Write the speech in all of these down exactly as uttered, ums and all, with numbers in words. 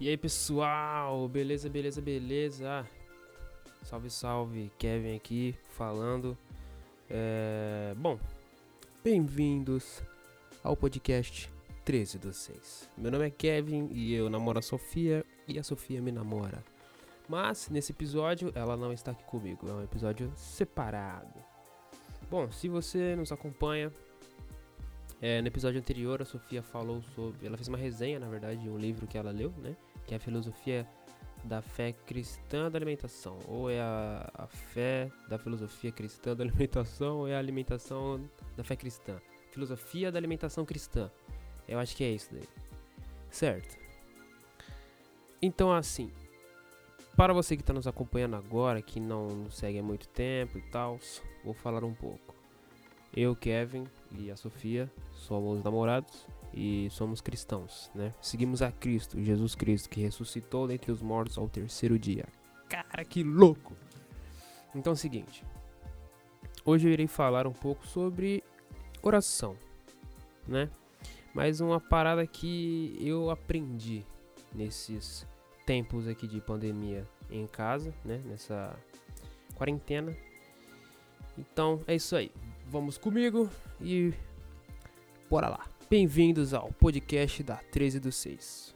E aí pessoal, beleza, beleza, beleza? Salve, salve, Kevin aqui falando. É... Bom, bem-vindos ao podcast treze do seis. Meu nome é Kevin e eu namoro a Sofia e a Sofia me namora. Mas nesse episódio ela não está aqui comigo, é um episódio separado. Bom, se você nos acompanha, é, no episódio anterior a Sofia falou sobre... Ela fez uma resenha, na verdade, de um livro que ela leu, né? Que é a Filosofia da Fé Cristã da Alimentação. Ou é a, a fé da filosofia cristã da alimentação, ou é a alimentação da fé cristã. Filosofia da alimentação cristã. Eu acho que é isso daí. Certo. Então, assim, para você que está nos acompanhando agora, que não nos segue há muito tempo e tal, vou falar um pouco. Eu, Kevin e a Sofia somos namorados e somos cristãos, né? Seguimos a Cristo, Jesus Cristo, que ressuscitou dentre os mortos ao terceiro dia. Cara, que louco! Então é o seguinte, hoje eu irei falar um pouco sobre oração, né? Mas uma parada que eu aprendi nesses tempos aqui de pandemia em casa, né? Nessa quarentena. Então é isso aí. Vamos comigo e bora lá. Bem-vindos ao podcast da treze do seis.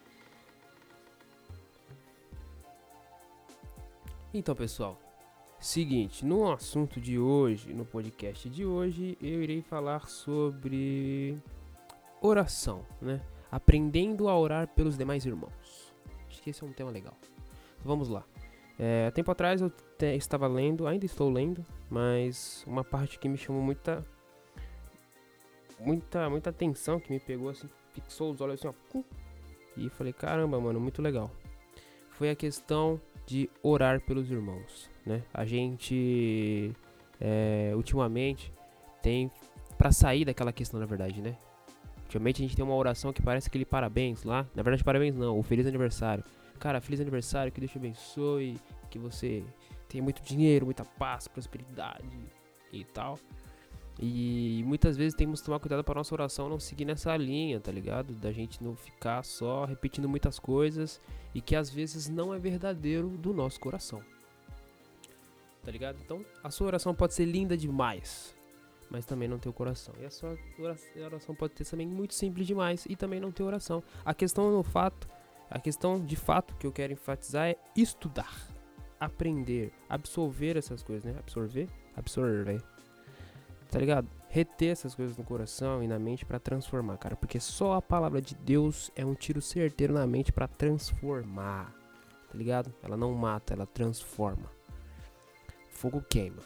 Então, pessoal, seguinte, no assunto de hoje, no podcast de hoje, eu irei falar sobre oração, né? Aprendendo a orar pelos demais irmãos. Acho que esse é um tema legal. Então, vamos lá. É, tempo atrás eu te, estava lendo, ainda estou lendo, mas uma parte que me chamou muita, muita, muita atenção, que me pegou assim, fixou os olhos assim, ó, pum, e falei, caramba, mano, muito legal. Foi a questão de orar pelos irmãos, né? A gente, é, ultimamente, tem, pra sair daquela questão, na verdade, né? Ultimamente a gente tem uma oração que parece aquele parabéns lá, na verdade parabéns não, o feliz aniversário. Cara, feliz aniversário, que Deus te abençoe, que você tenha muito dinheiro, muita paz, prosperidade e tal. E muitas vezes temos que tomar cuidado para nossa oração não seguir nessa linha, tá ligado? Da gente não ficar só repetindo muitas coisas e que às vezes não é verdadeiro do nosso coração. Tá ligado? Então, a sua oração pode ser linda demais, mas também não ter o coração. E a sua oração pode ter também muito simples demais e também não ter oração. A questão no fato... A questão de fato que eu quero enfatizar é estudar, aprender, absorver essas coisas, né? Absorver? Absorver. Tá ligado? Reter essas coisas no coração e na mente pra transformar, cara. Porque só a palavra de Deus é um tiro certeiro na mente pra transformar. Tá ligado? Ela não mata, ela transforma. Fogo queima.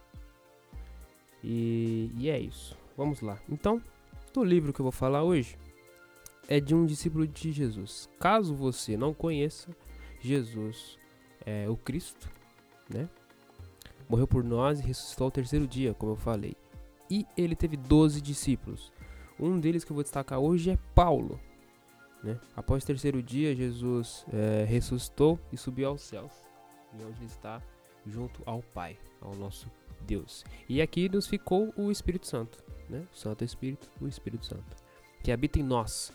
E, e é isso. Vamos lá. Então, do livro que eu vou falar hoje é de um discípulo de Jesus. Caso você não conheça, Jesus é o Cristo, né? Morreu por nós e ressuscitou ao terceiro dia, como eu falei. E ele teve doze discípulos. Um deles que eu vou destacar hoje é Paulo, né? Após o terceiro dia, Jesus é, ressuscitou e subiu aos céus, e onde ele está junto ao Pai, ao nosso Deus. E aqui nos ficou o Espírito Santo, né? O Santo Espírito, o Espírito Santo, que habita em nós.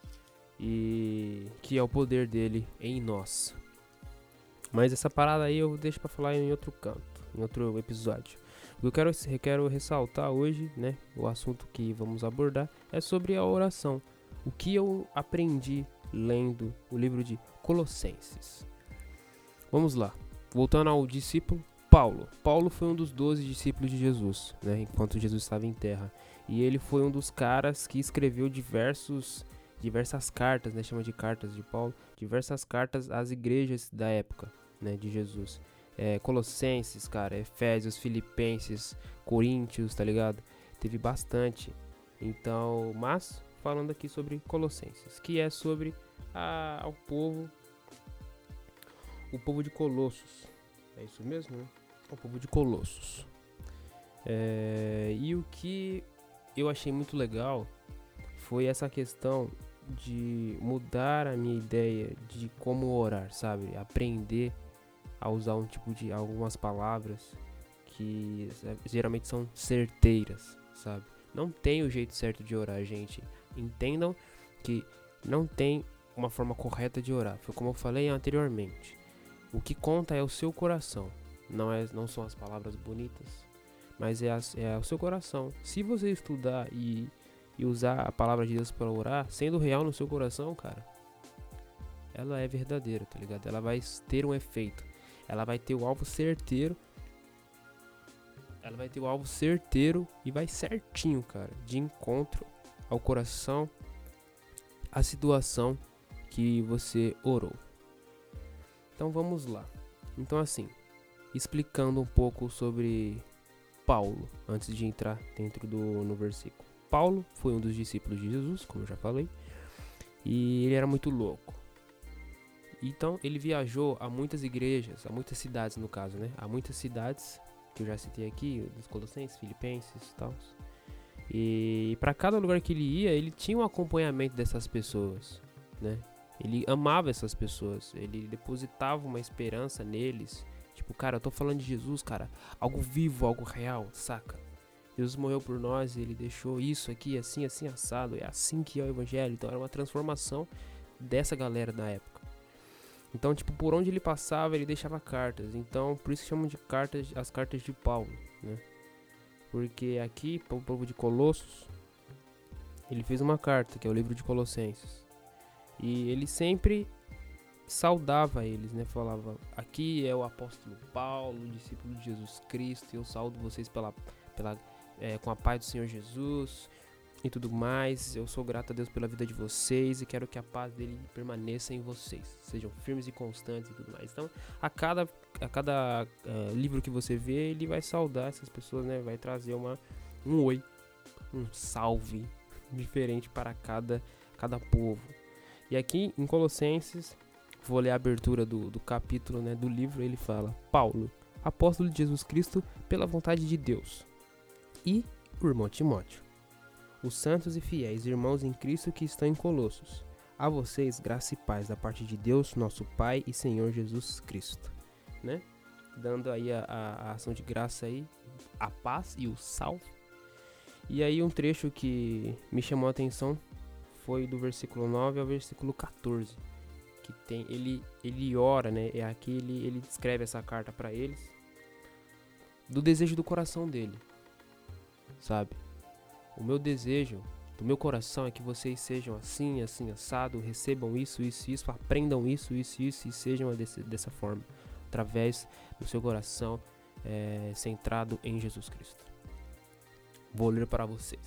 E que é o poder dele em nós. Mas essa parada aí eu deixo pra falar em outro canto, em outro episódio. O que eu quero, eu quero ressaltar hoje, né, o assunto que vamos abordar é sobre a oração. O que eu aprendi lendo o livro de Colossenses. Vamos lá, voltando ao discípulo Paulo. Paulo foi um dos doze discípulos de Jesus, né, enquanto Jesus estava em terra. E ele foi um dos caras que escreveu diversos... diversas cartas, né, chama de cartas de Paulo, diversas cartas às igrejas da época, né, de Jesus. É, Colossenses, cara, Efésios, Filipenses, Coríntios, tá ligado? Teve bastante. Então, mas falando aqui sobre Colossenses, que é sobre a, o povo, o povo de Colossos. É isso mesmo, né? O povo de Colossos. É, e o que eu achei muito legal foi essa questão de mudar a minha ideia de como orar, sabe? Aprender a usar um tipo de algumas palavras que geralmente são certeiras, sabe? Não tem o jeito certo de orar, gente. Entendam que não tem uma forma correta de orar. Foi como eu falei anteriormente. O que conta é o seu coração. Não, é, não são as palavras bonitas, mas é, a, é o seu coração. Se você estudar e, e usar a palavra de Deus para orar, sendo real no seu coração, cara, ela é verdadeira, tá ligado? Ela vai ter um efeito. Ela vai ter o alvo certeiro. Ela vai ter o alvo certeiro e vai certinho, cara, de encontro ao coração, a situação que você orou. Então vamos lá. Então assim, explicando um pouco sobre Paulo, antes de entrar dentro do no versículo. Paulo foi um dos discípulos de Jesus, como eu já falei, e ele era muito louco. Então ele viajou a muitas igrejas, a muitas cidades no caso, né? A muitas cidades que eu já citei aqui, dos Colossenses, Filipenses e tal. E para cada lugar que ele ia, ele tinha um acompanhamento dessas pessoas, né? Ele amava essas pessoas, ele depositava uma esperança neles. Tipo, cara, eu tô falando de Jesus, cara, algo vivo, algo real, saca? Jesus morreu por nós e ele deixou isso aqui, assim, assim, assado. É assim que é o evangelho. Então era uma transformação dessa galera da época. Então, tipo, por onde ele passava, ele deixava cartas. Então, por isso que chamam de cartas, as cartas de Paulo, né? Porque aqui, para o povo de Colossos, ele fez uma carta, que é o livro de Colossenses. E ele sempre saudava eles, né? Falava, aqui é o apóstolo Paulo, discípulo de Jesus Cristo, e eu saúdo vocês pela, pela, é, com a paz do Senhor Jesus e tudo mais. Eu sou grato a Deus pela vida de vocês e quero que a paz dele permaneça em vocês. Sejam firmes e constantes e tudo mais. Então, a cada, a cada uh, livro que você vê, ele vai saudar essas pessoas, né? Vai trazer uma, um oi, um salve diferente para cada, cada povo. E aqui em Colossenses, vou ler a abertura do, do capítulo, né, do livro, ele fala: Paulo, apóstolo de Jesus Cristo pela vontade de Deus, e o irmão Timóteo, os santos e fiéis irmãos em Cristo que estão em Colossos, a vocês graça e paz da parte de Deus, nosso Pai e Senhor Jesus Cristo, né? Dando aí a, a, a ação de graça aí, a paz e o salve. E aí um trecho que me chamou a atenção foi do versículo nove ao versículo catorze, que tem, ele, ele ora, né? É aqui ele, ele descreve essa carta para eles, do desejo do coração dele, sabe? O meu desejo do meu coração é que vocês sejam assim, assim, assado, recebam isso, isso, isso, aprendam isso, isso, isso e sejam desse, dessa forma, através do seu coração é, centrado em Jesus Cristo. Vou ler para vocês.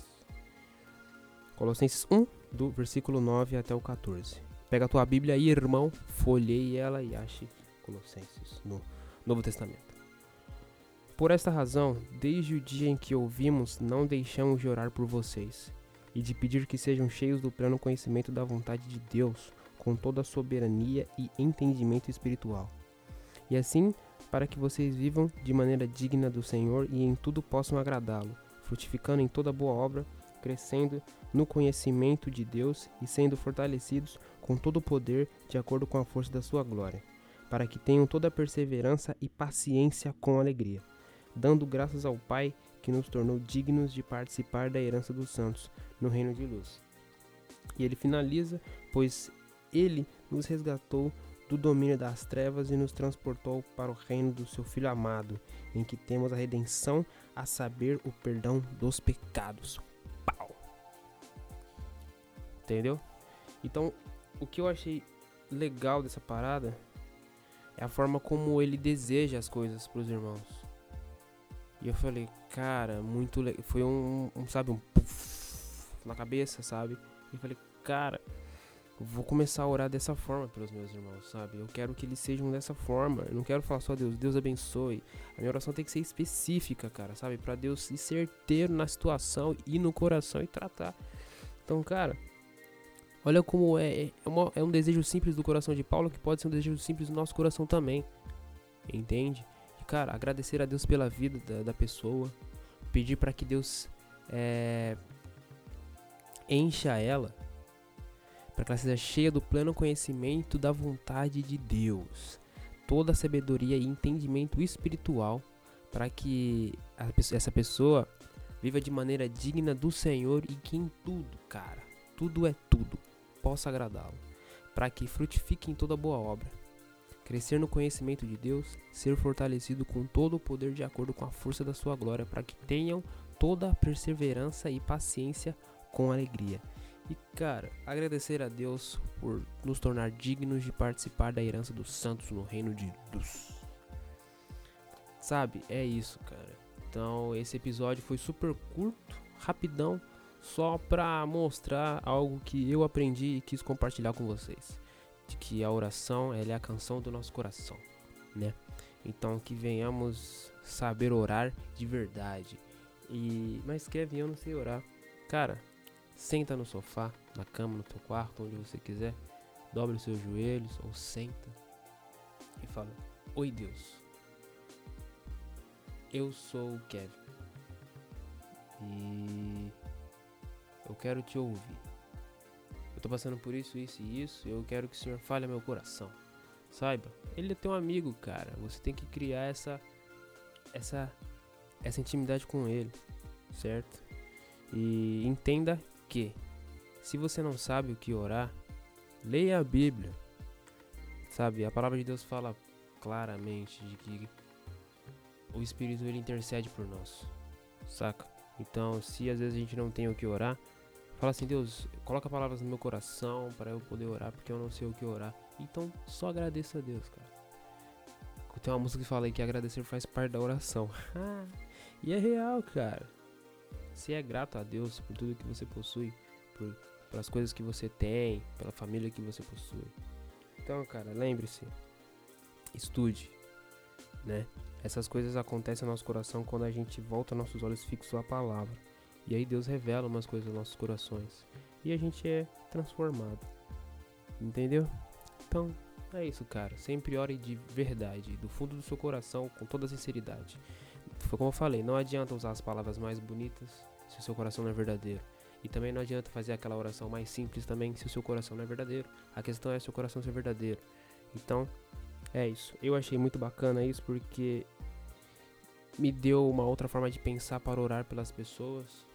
Colossenses um, do versículo nove até o catorze. Pega a tua Bíblia aí, irmão, folheie ela e ache Colossenses no Novo Testamento. Por esta razão, desde o dia em que ouvimos, não deixamos de orar por vocês e de pedir que sejam cheios do pleno conhecimento da vontade de Deus, com toda a soberania e entendimento espiritual. E assim, para que vocês vivam de maneira digna do Senhor e em tudo possam agradá-lo, frutificando em toda boa obra, crescendo no conhecimento de Deus e sendo fortalecidos com todo o poder de acordo com a força da sua glória, para que tenham toda a perseverança e paciência com alegria, dando graças ao Pai que nos tornou dignos de participar da herança dos santos no reino de luz. E ele finaliza, pois ele nos resgatou do domínio das trevas e nos transportou para o reino do seu Filho amado, em que temos a redenção, a saber, o perdão dos pecados. Pau! Entendeu? Então, o que eu achei legal dessa parada é a forma como ele deseja as coisas para os irmãos. E eu falei, cara, muito legal. Foi um, um, sabe, um puff na cabeça, sabe? E eu falei, cara, eu vou começar a orar dessa forma pelos meus irmãos, sabe? Eu quero que eles sejam dessa forma. Eu não quero falar só Deus, Deus abençoe. A minha oração tem que ser específica, cara, sabe? Pra Deus ser certeiro na situação e no coração e tratar. Então, cara, olha como é, é, uma, é um desejo simples do coração de Paulo que pode ser um desejo simples do nosso coração também. Entende? E, cara, agradecer a Deus pela vida da, da pessoa. Pedir para que Deus é, encha ela, para que ela seja cheia do pleno conhecimento da vontade de Deus, toda a sabedoria e entendimento espiritual, para que a, essa pessoa viva de maneira digna do Senhor e que em tudo, cara, tudo é tudo, possa agradá-lo. para que frutifique em toda boa obra. Crescer no conhecimento de Deus, ser fortalecido com todo o poder de acordo com a força da sua glória, para que tenham toda a perseverança e paciência com alegria. E, cara, agradecer a Deus por nos tornar dignos de participar da herança dos santos no reino de Deus. Sabe, é isso, cara. Então, esse episódio foi super curto, rapidão, só pra mostrar algo que eu aprendi e quis compartilhar com vocês. De que a oração, ela é a canção do nosso coração, né? Então, que venhamos saber orar de verdade. E, mas Kevin, eu não sei orar. Cara, senta no sofá, na cama, no teu quarto, onde você quiser. Dobre os seus joelhos ou senta e fala: Oi, Deus. Eu sou o Kevin. E eu quero te ouvir. Eu tô passando por isso, isso e isso. E eu quero que o Senhor fale ao meu coração. Saiba, ele é teu amigo, cara. Você tem que criar essa Essa Essa intimidade com ele, certo? E entenda que se você não sabe o que orar, leia a Bíblia. Sabe, a palavra de Deus fala claramente de que o Espírito, ele intercede por nós, saca? Então, se às vezes a gente não tem o que orar, fala assim: Deus, coloca palavras no meu coração para eu poder orar, porque eu não sei o que orar. Então, só agradeça a Deus, cara. Tem uma música que fala aí que agradecer faz parte da oração. E é real, cara. Você é grato a Deus por tudo que você possui, por, pelas coisas que você tem, pela família que você possui. Então, cara, lembre-se, estude, né? Essas coisas acontecem no nosso coração quando a gente volta nossos olhos fixos à palavra. E aí Deus revela umas coisas nos nossos corações. E a gente é transformado. Entendeu? Então, é isso, cara. Sempre ore de verdade, do fundo do seu coração, com toda a sinceridade. Foi como eu falei, não adianta usar as palavras mais bonitas se o seu coração não é verdadeiro. E também não adianta fazer aquela oração mais simples também se o seu coração não é verdadeiro. A questão é seu coração ser verdadeiro. Então, é isso. Eu achei muito bacana isso porque me deu uma outra forma de pensar para orar pelas pessoas.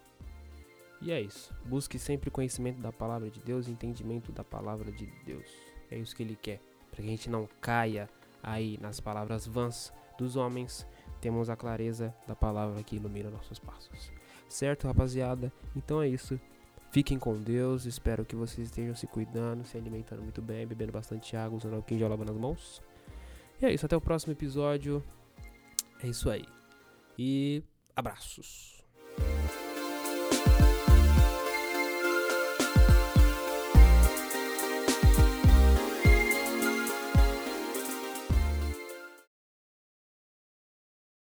E é isso. Busque sempre conhecimento da palavra de Deus e entendimento da palavra de Deus. É isso que ele quer. Para que a gente não caia aí nas palavras vãs dos homens, temos a clareza da palavra que ilumina nossos passos. Certo, rapaziada? Então é isso. Fiquem com Deus. Espero que vocês estejam se cuidando, se alimentando muito bem, bebendo bastante água, usando álcool em gel, lavando as mãos. E é isso. Até o próximo episódio. É isso aí. E abraços.